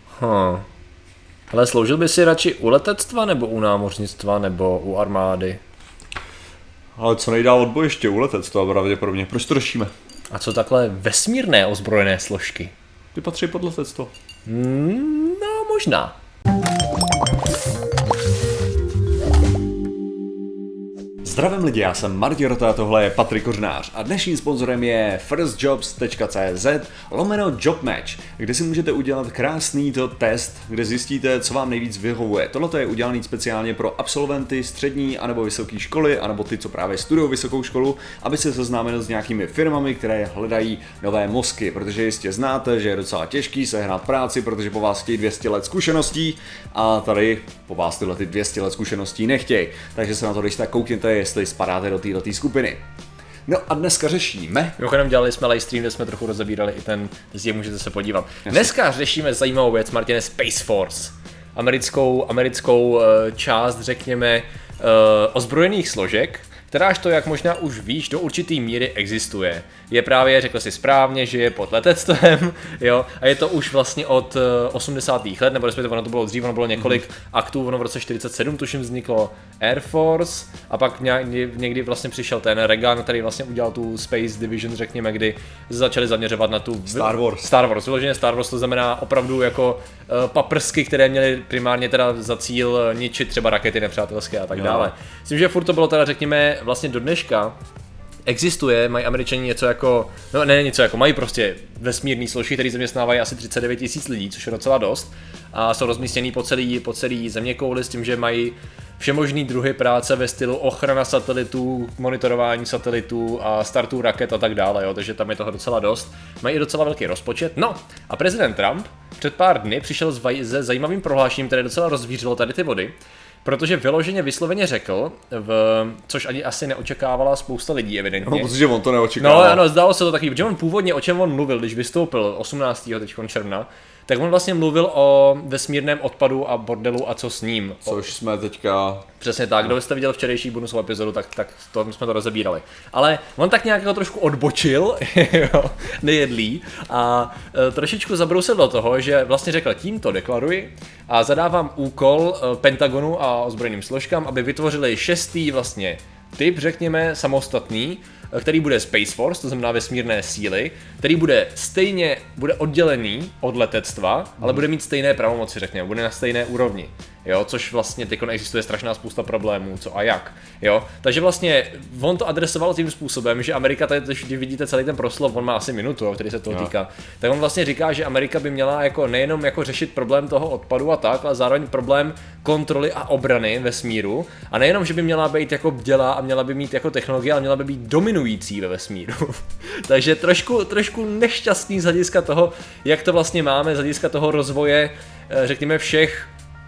Ale sloužil by si radši u letectva, nebo u námořnictva, nebo u armády? Ale co nejdál od bojiště u letectva pravděpodobně. Proč to řešíme? A co takhle vesmírné ozbrojené složky? Ty patří pod letectvo. No, možná. Zdravím lidi, já jsem Martin Rota, tohle je Patrik Kořnář a dnešním sponzorem je firstjobs.cz/jobmatch, kde si můžete udělat krásný test, kde zjistíte, co vám nejvíc vyhovuje. Tohle je udělaný speciálně pro absolventy střední anebo vysoké školy, anebo ty, co právě studují vysokou školu, aby se seznámili s nějakými firmami, které hledají nové mozky, protože jistě znáte, že je docela těžký sehnat práci, protože po vás chtějí 200 let zkušeností a tady po vás tyhle 200 let zkušeností nechtějí. Takže se na to když tak koukněte, jestli spadáte do této skupiny. No a dneska řešíme. Mimochodem dělali jsme live stream, kde jsme trochu rozebírali i ten zdi, můžete se podívat. Dneska řešíme zajímavou věc, Martine, Space Force. Americkou část, řekněme, ozbrojených složek, kteráž to, jak možná už víš, do určitý míry existuje. Je právě, řekl si správně, že je pod letectvem, jo, a je to už vlastně od 80. let, nebo respektive ono to bylo dřív, ono bylo několik aktů, ono v roce 47 tuším vzniklo Air Force a pak někdy vlastně přišel ten Reagan, který vlastně udělal tu Space Division, řekněme, kdy začali zaměřovat na tu Star Wars, vyloženě Star Wars, to znamená opravdu jako paprsky, které měly primárně teda za cíl ničit třeba rakety nepřátelské a tak dále. Myslím, že furt to bylo teda, řekněme, vlastně do dneška existuje, mají Američani něco jako, no ne něco jako, mají prostě vesmírný složky, který zaměstnávají asi 39 000 lidí, což je docela dost a jsou rozmístěný po celý zeměkouli s tím, že mají všemožný druhy práce ve stylu ochrana satelitů, monitorování satelitů a startů raket a tak dále, jo, takže tam je toho docela dost. Mají i docela velký rozpočet. No a prezident Trump před pár dny přišel se zajímavým prohlášením, které docela rozvířilo tady ty vody. Protože vysloveně řekl, což ani asi neočekávala spousta lidí evidentně. No, protože on to neočekával. No ano, zdálo se to taky, protože on původně, o čem on mluvil, když vystoupil 18. června, tak on vlastně mluvil o vesmírném odpadu a bordelu a co s ním. Což jsme teďka... Přesně tak, kdo jste viděl včerejší bonusovou epizodu, tak to jsme to rozebírali. Ale on tak nějak trošku odbočil, jo, nejedlý, a trošičku zabrousil do toho, že vlastně řekl, tímto deklaruji a zadávám úkol Pentagonu a ozbrojeným složkám, aby vytvořili 6. vlastně typ, řekněme, samostatný, který bude Space Force, to znamená vesmírné síly, který bude oddělený od letectva, ale bude mít stejné pravomoci, řekněme, bude na stejné úrovni. Jo, což vlastně teď existuje strašná spousta problémů, co a jak, jo. Takže vlastně on to adresoval tím způsobem, že Amerika, tady, když vidíte celý ten proslov, on má asi minutu, který se toho týká, tak on vlastně říká, že Amerika by měla jako nejenom jako řešit problém toho odpadu a tak, ale zároveň problém kontroly a obrany vesmíru. A nejenom, že by měla být jako bdělá a měla by mít jako technologie, ale měla by být dominující ve vesmíru. Takže trošku nešťastný z hlediska toho, jak to vlastně máme, z hlediska toho rozvoje, řekněme, všech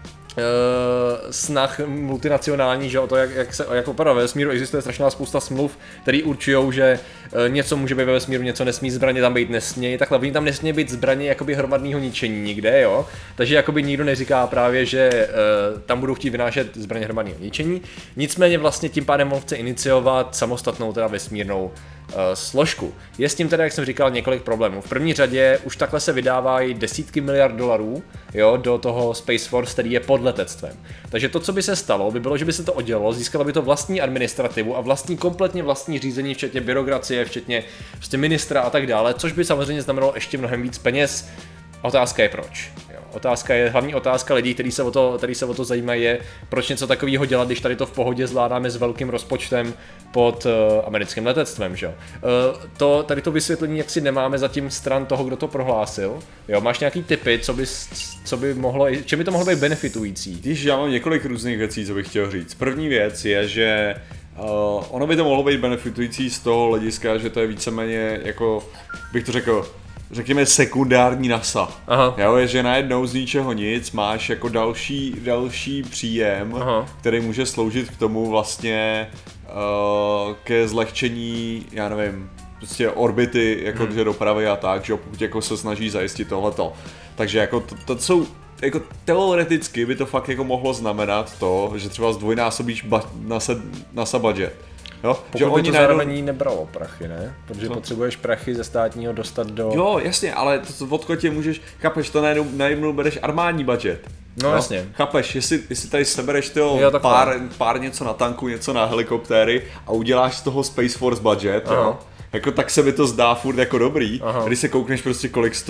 snah multinacionální, že o to, jak opravdu ve vesmíru existuje strašná spousta smluv, které určují, že něco může být ve vesmíru, něco nesmí, zbraně tam být nesmějí, takhle oni tam nesmí být zbraně jakoby hromadného ničení nikde, jo. Takže jakoby nikdo neříká právě, že tam budou chtít vynášet zbraně hromadného ničení. Nicméně vlastně tím pádem on chce iniciovat samostatnou teda vesmírnou složku. Je s tím teda, jak jsem říkal, několik problémů. V první řadě už takhle se vydávají desítky miliard dolarů, jo, do toho Space Force, který je pod letectvem. Takže to, co by se stalo, by bylo, že by se to oddělalo, získalo by to vlastní administrativu a kompletně vlastní řízení, včetně byrokracie, včetně prostě ministra a tak dále, což by samozřejmě znamenalo ještě mnohem víc peněz. Otázka je proč. Hlavní otázka lidí, kteří se o to zajímají, je, proč něco takového dělat, když tady to v pohodě zvládáme s velkým rozpočtem pod americkým letectvem, že? Tady to vysvětlení jaksi nemáme zatím stran toho, kdo to prohlásil. Jo, máš nějaký tipy, čem by to mohlo být benefitující? Když já mám několik různých věcí, co bych chtěl říct. První věc je, že ono by to mohlo být benefitující z toho hlediska, že to je víceméně jako, bych to řekl, řekněme sekundární NASA. Jo, je, že najednou z ničeho nic máš jako další příjem, který může sloužit k tomu vlastně ke zlehčení, já nevím, prostě orbity, jako dopravy a tak, že pokud jako se snaží zajistit tohleto. Takže jako to jsou, jako teoreticky by to fakt jako mohlo znamenat to, že třeba zdvojnásobíš NASA budget. Jo? Pokud Že by oni to najednou... zároveň nebralo prachy, ne? Protože potřebuješ prachy ze státního dostat do... Jo, jasně, ale to odkud tě můžeš, chápeš, to najednou bereš armádní budget. No jo? jasně. Chápeš, jestli tady sebereš pár něco na tanku, něco na helikoptéry a uděláš z toho Space Force budget, jo? Jako tak se mi to zdá furt jako dobrý. Když se koukneš prostě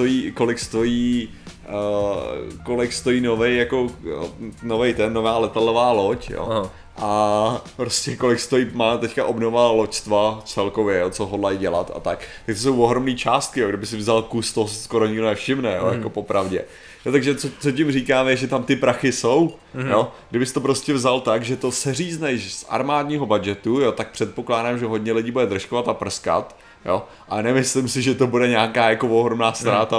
kolik stojí nová letadlová loď, jo. Aha. A prostě kolik stojí, má teďka obnova loďstva celkově, jo, co hodlají dělat a tak. Tak to jsou ohromné částky, jo, kdyby si vzal kus, to skoro nikdo nevšimne, jo, jako popravdě. Jo, takže co tím říkáme, že tam ty prachy jsou, jo, kdybys to prostě vzal tak, že to seřízneš z armádního budgetu, jo, tak předpokládám, že hodně lidí bude držkovat a prskat, jo, a nemyslím si, že to bude nějaká jako ohromná ztráta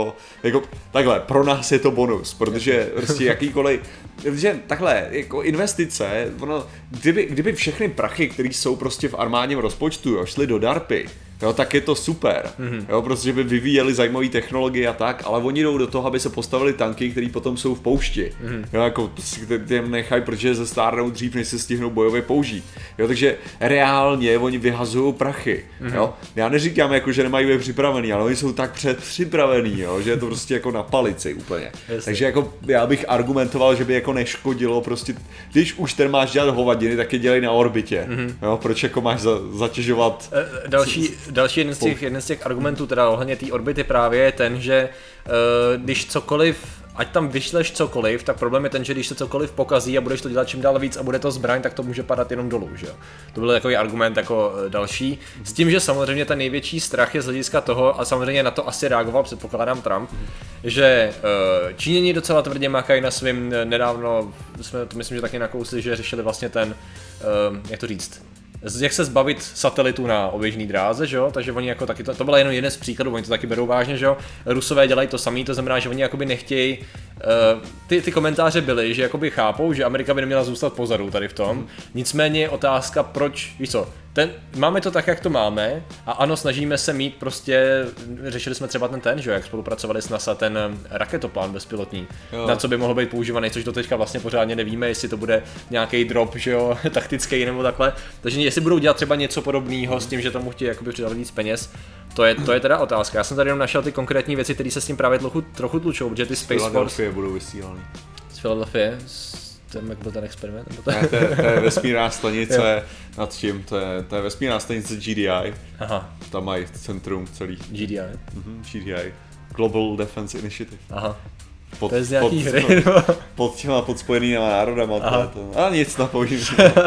pro nás je to bonus, protože prostě jakýkoliv, protože takhle, jako investice, kdyby všechny prachy, které jsou prostě v armádním rozpočtu, jo, šly do DARPy, jo, tak je to super, jo, protože by vyvíjeli zajímavé technologie a tak, ale oni jdou do toho, aby se postavili tanky, které potom jsou v poušti, jo, jako těm nechají, protože ze stárnou dřív, než se stihnou bojově použít, jo, takže reálně oni vyhazují prachy, jo, já neříkám jako, že nemají být připravený, ale oni jsou tak předpřipravený, jo, že je to prostě jako na palici úplně, takže jako já bych argumentoval, že by jako neškodilo prostě, když už ten máš dělat hovadiny, tak je dělej na orbitě, jo, proč jako máš zatěžovat... Další jeden z těch argumentů teda ohledně té orbity právě je ten, že když cokoliv, ať tam vyšleš cokoliv, tak problém je ten, že když se cokoliv pokazí a budeš to dělat čím dál víc a bude to zbraň, tak to může padat jenom dolů, že jo. To byl takový argument jako další. S tím, že samozřejmě ten největší strach je z hlediska toho, a samozřejmě na to asi reagoval, předpokládám, Trump, že Číňani docela tvrdě makají na svým, nedávno jsme to myslím, že taky nakousli, že řešili vlastně ten, jak to říct, jak se zbavit satelitu na oběžný dráze, že jo? Takže oni jako taky, to byl jenom jeden z příkladů, oni to taky berou vážně, že jo? Rusové dělají to samý, to znamená, že oni jakoby nechtějí, ty komentáře byly, že jakoby chápou, že Amerika by neměla zůstat pozadu tady v tom, nicméně je otázka, proč, víš co, máme to tak, jak to máme a ano, snažíme se mít prostě, řešili jsme třeba ten, že jo, jak spolupracovali s NASA, ten raketoplán bezpilotní, na co by mohl být používaný, což do teďka vlastně pořádně nevíme, jestli to bude nějaký drop, že jo, taktický nebo takhle, takže jestli budou dělat třeba něco podobného s tím, že tomu chtějí jakoby přidat víc peněz, to je teda otázka. Já jsem tady jenom našel ty konkrétní věci, které se s tím právě trochu tlučou, protože ty Space Force budou vysílaný. Z Philadelphie? Jak byl ten experiment? Nebo ne, to je vesmírná stanice nad tím, to je vesmírná stanice GDI. Aha. Tam mají centrum celý. GDI? GDI. Global Defense Initiative. Aha. To je z nějaký hry. Pod Spojenýma národama. A nic napovím.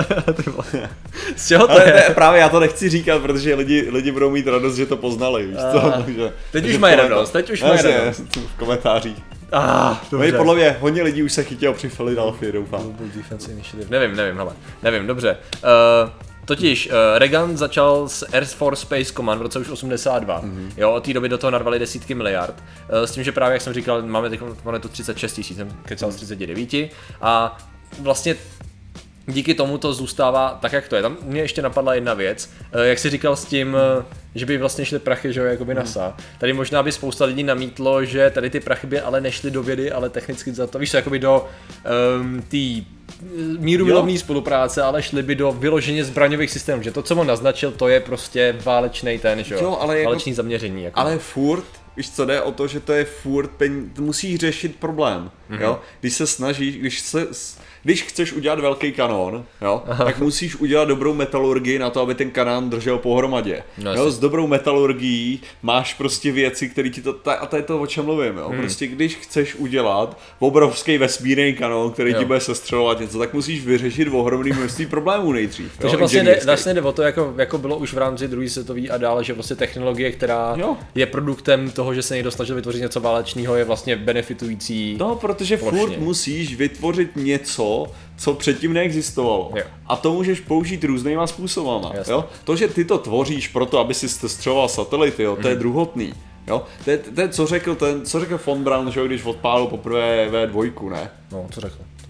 Z čeho to je? Právě já to nechci říkat, protože lidi budou mít radost, že to poznali. Víš co? Teď už mají radost, v komentářích. Dobře. Podle mě hodně lidí už se chytilo při Philadelphii, doufám. Nevím, dobře. Totiž Reagan začal s Air Force Space Command v roce už 82. Jo, od té doby do toho narvali desítky miliard. S tím, že právě, jak jsem říkal, máme teď to 36 000, jsem kecal z 39. A vlastně díky tomu to zůstává tak, jak to je. Tam mě ještě napadla jedna věc, jak jsi říkal s tím, že by vlastně šly prachy, že jo, jakoby NASA. Tady možná by spousta lidí namítlo, že tady ty prachy by ale nešly do vědy, ale technicky za to, víš co, jakoby do té mírumilovné spolupráce, ale šly by do vyloženě zbraňových systémů, že to, co on naznačil, to je prostě válečný ten, že jo, válečný zaměření. Jako. Ale furt, víš co, jde o to, že to je furt, musíš řešit problém, jo, když se snažíš, když chceš udělat velký kanón, jo, tak musíš udělat dobrou metalurgii na to, aby ten kanón držel pohromadě. Jo, s dobrou metalurgií máš prostě věci, které ti to, a to je to, o čem mluvím, jo. Prostě když chceš udělat obrovský vesmírný kanón, který ti bude sestřelovat něco, tak musíš vyřešit ohromný množství problémů nejdřív. Takže vlastně jde o to, jako bylo už v rámci druhé světové a dále, že vlastně technologie, která je produktem toho, že se někdo snažil vytvořit něco válečného, je vlastně benefitující. No, protože furt musíš vytvořit něco, co předtím neexistovalo. A to můžeš použít různýma způsobama. Jo? To, že ty to tvoříš proto, aby si střeloval satelity, jo, to je druhotný. Jo? To je, co řekl von Braun, že, když odpálil poprvé V2, ne? No, co řekl?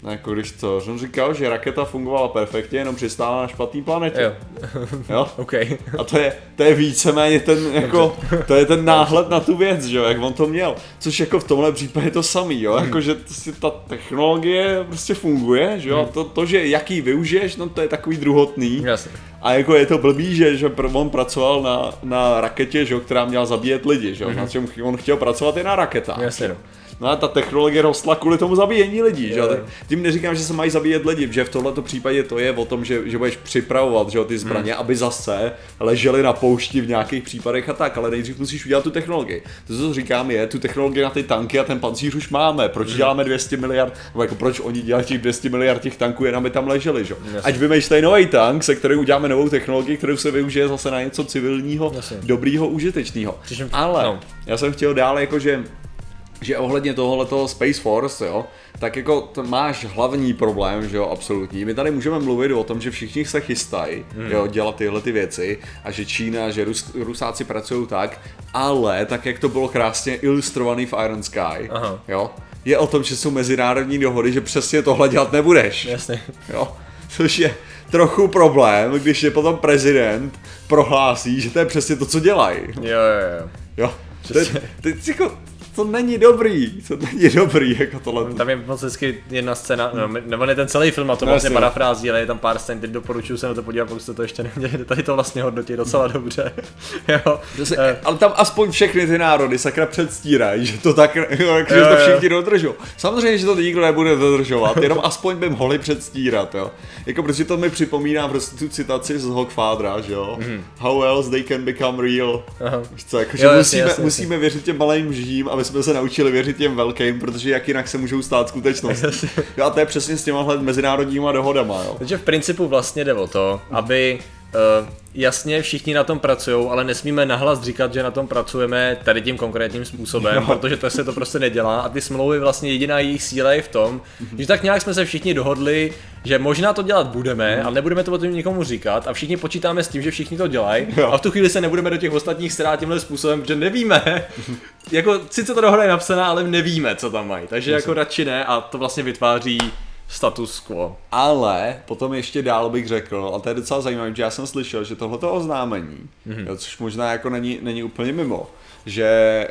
Jako když to, on říkal, že raketa fungovala perfektně, jenom přistála na špatný planetě. Jo. Jo? Okay. A to je víceméně ten, jako, to je ten náhled na tu věc, že jo, jak on to měl. Což jako v tomhle případě je to samý, jo, jako že ta technologie prostě funguje, že jo, to, že jaký využiješ, no to je takový druhotný. Jasně. A jako je to blbý, že on pracoval na raketě, že jo, která měla zabíjet lidi, že jo, na čem on chtěl pracovat i na raketách. Jasně, no. No a ta technologie rostla kvůli tomu zabíjení lidí, že jo? Tím neříkám, že se mají zabíjet lidi, že v tomto případě to je o tom, že budeš připravovat, že jo, ty zbraně, aby zase ležely na poušti v nějakých případech a tak, ale nejdřív musíš udělat tu technologii. To, co říkám, je, tu technologii na ty tanky a ten pancíř už máme, proč děláme 200 miliard, nebo jako proč oni dělají těch 200 miliard těch tanků, jen aby tam leželi, že jo? Ať vymýšlej nový tank, se kterým uděláme novou technologii, kterou se využije zase na něco civilního, dobrýho, užitečného. Ale já jsem chtěl dál jakože že ohledně tohoto Space Force, jo, tak jako máš hlavní problém, že jo, absolutní. My tady můžeme mluvit o tom, že všichni se chystají, jo, dělat tyhle ty věci a že Čína, že Rusáci pracují tak, ale tak, jak to bylo krásně ilustrovaný v Iron Sky, jo, je o tom, že jsou mezinárodní dohody, že přesně tohle dělat nebudeš. Jasně. Jo, což je trochu problém, když je potom prezident prohlásí, že to je přesně to, co dělají. Jo. To není dobrý, jako tohle. Tam je moc hezky jedna scéna, nebo ne ten celý film, a to vlastně parafrází, ale je tam pár scén, teď doporučuji se na to podívat, pokud jste to ještě neměli, tady to vlastně hodnotí docela dobře. Jo. Ale tam aspoň všechny ty národy sakra předstírají, že to tak, že to všichni dodržou. Samozřejmě, že to nikdo nebude dodržovat, jenom aspoň by mohli předstírat, jo. Jako protože to mi připomíná prostě tu citaci z Hogfathera, že jo. How else they can become real. Co, jako, že musíme věřit těm malým mžím, aby jsme se naučili věřit těm velkým, protože jak jinak se můžou stát skutečnost. Jo, a to je přesně s těma mezinárodníma dohodama, jo. Takže v principu vlastně jde o to, aby jasně všichni na tom pracují, ale nesmíme nahlas říkat, že na tom pracujeme tady tím konkrétním způsobem, protože to se to prostě nedělá a ty smlouvy vlastně jediná jejich síla je v tom, že tak nějak jsme se všichni dohodli, že možná to dělat budeme, ale nebudeme to o tom nikomu říkat a všichni počítáme s tím, že všichni to dělají a v tu chvíli se nebudeme do těch ostatních strát tímhle způsobem, protože nevíme, jako sice to dohoda je napsaná, ale nevíme, co tam mají, takže jako radši ne a to vlastně vytváří status quo. Ale potom ještě dál bych řekl, a to je docela zajímavé, že já jsem slyšel, že tohleto oznámení, jo, což možná jako není úplně mimo, že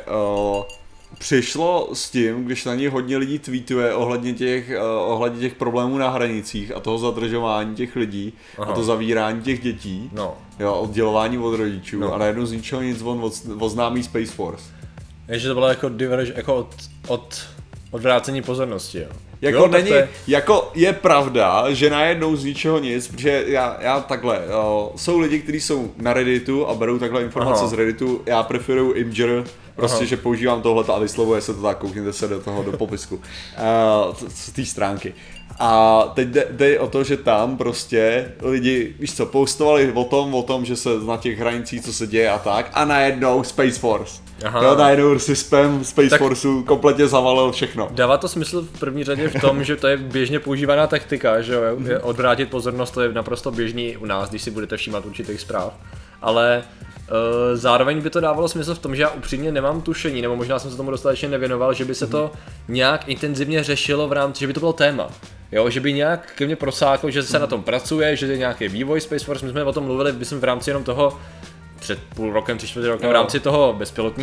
přišlo s tím, když na něj hodně lidí tweetuje ohledně těch problémů na hranicích a toho zadržování těch lidí a to zavírání těch dětí, jo, oddělování od rodičů a najednou z ničeho nic on oznámí Space Force. Takže to bylo jako odvrácení pozornosti, jo. Jako jako je pravda, že najednou z ničeho nic, protože já takhle, jsou lidi, kteří jsou na Redditu a berou takhle informace z Redditu, já preferuju Imgur, prostě, že používám tohleto a vyslovuje se to tak, koukněte se do popisku, z té stránky. A teď jde o to, že tam prostě lidi, víš co, postovali o tom, že se na těch hranicích, co se děje a tak, a najednou Space Force. Jo, najednou systém Space Forceu kompletně zavalil všechno. Dává to smysl v první řadě v tom, že to je běžně používaná taktika, že odvrátit pozornost, to je naprosto běžný u nás, když si budete všímat určitých zpráv, ale zároveň by to dávalo smysl v tom, že já upřímně nemám tušení, nebo možná jsem se tomu dostatečně nevěnoval, že by se to nějak intenzivně řešilo v rámci, že by to bylo téma. Jo, že by nějak ke mně prosáklo, že se na tom pracuje, že je nějaký vývoj Space Force, my jsme o tom mluvili, myslím v rámci jenom toho před půl rokem, 3/4 rokem v rámci toho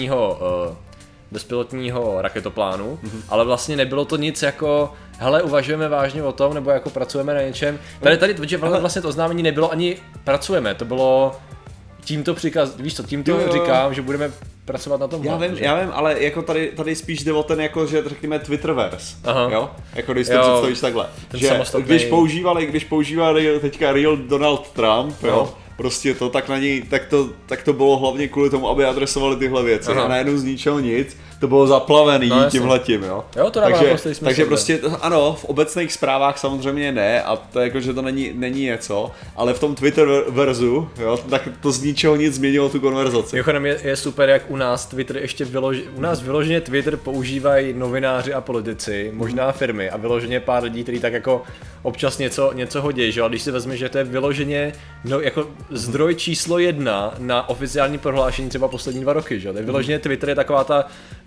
bezpilotního raketoplánu, ale vlastně nebylo to nic jako hele, uvažujeme vážně o tom, nebo jako pracujeme na něčem. Tady vlastně to oznámení nebylo ani pracujeme, to bylo tímto říkám, že budeme pracovat na tom. Já vím, ale jako tady spíš jde o ten, jako, že řekněme Twitterverse, jo? Jako když to představíš takhle. Že když používali teďka Real Donald Trump, jo? Prostě to, tak na něj, tak to bylo hlavně kvůli tomu, aby adresovali tyhle věci. A najednou z ničeho nic, to bylo zaplavený tímhletím, jo. Jo, to dává prostě smysl. Takže prostě, ano, v obecných zprávách samozřejmě ne, a to jako, že to není něco, ale v tom Twitterverzu, jo, tak to z ničeho nic změnilo tu konverzaci. Mimochodem je super, jak u nás Twitter u nás vyloženě Twitter používají novináři a politici, možná firmy a vyloženě pár lidí, kteří tak jako občas něco hodí, že? A když si vezmeš, že to je vyloženě jako zdroj číslo 1 na oficiální prohlášení třeba poslední 2 roky, že? Vyloženě Twitter je taková ta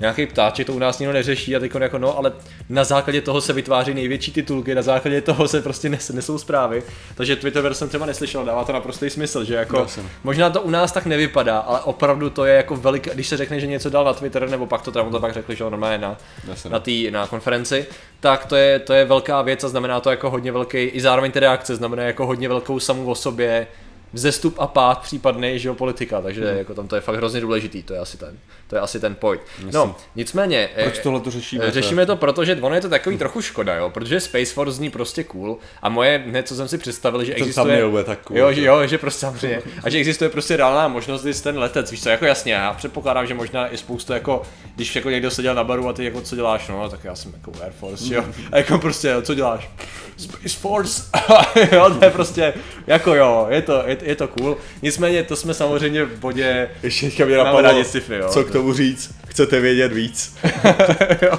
nějaký ptáček, to u nás nikdo neřeší a teď jako no, ale na základě toho se vytváří největší titulky, na základě toho se prostě nesou zprávy, takže Twitterverse jsem třeba neslyšel, dává to naprostý smysl, že jako možná to u nás tak nevypadá, ale opravdu to je jako velik, když se řekne, že něco dal na Twitter, nebo pak to Trump to pak řekli, že normálně na konferenci, tak to je velká věc a znamená to jako hodně velký, i zároveň ty reakce znamená jako hodně velkou samu o sobě, vzestup a pád případnej geopolitika, takže jako tam to je fakt hrozně důležitý, to je asi ten point. No, nicméně, proč tohle to řešíme? Řešíme to, protože ono je to takový trochu škoda, jo, protože Space Force zní prostě cool a moje hned, co jsem si představil, že existuje, tak cool, že prostě samozřejmě, a že existuje prostě reálná možnost, když ten letec, víš co, jako jasně, já předpokládám, že možná i spoustu jako, když jako někdo seděl na baru a ty jako co děláš, no, tak já jsem jako Air Force, jo, a jako prostě, co děláš? Space Force, jo, to je prostě, jako jo, je to cool, nicméně to jsme samozřejmě v bodě, ještě teďka mě napadlo, sci-fi, jo, co k tomu říct, chcete vědět víc. jo.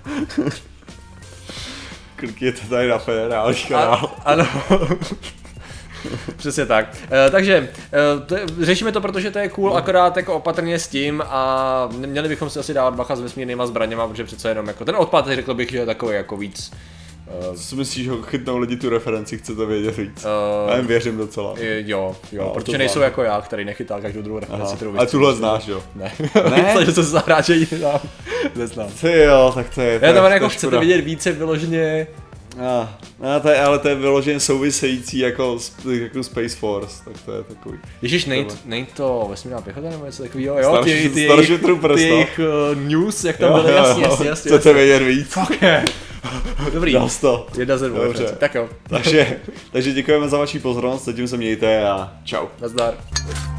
Klikněte tady na federální kanál. Ano. Přesně tak. Takže řešíme to, protože to je cool, akorát jako opatrně s tím a měli bychom si asi dávat bacha s vesmírnýma zbraněma, protože přece jenom jako ten odpad, řekl bych, že je takový jako víc. Co myslíš, že chytnou lidi tu referenci, chcete vědět víc? Já jim věřím docela. Jo, protože nejsou jako já, který nechytá každou druhou referenci, kterou a tuhle znáš, jo? Ne? Že se zahrát, že ji neznám. Ty jo, tak to je. Já tam jako chcete vědět více vyloženě. Ale to je vyloženě související jako Space Force, tak to je takový. Ježiš, není to vesmírná pěchota nebo něco takového, jo? Starship Troopers, ty jejich news, jak tam byly, jasně. Chcete vědět víc? Fuck yeah. Dobrý. Dal to. 1 ze 2. Dobře. Tak jo. Takže děkujeme za vaši pozornost, zatím se mějte a čau. Nazdar.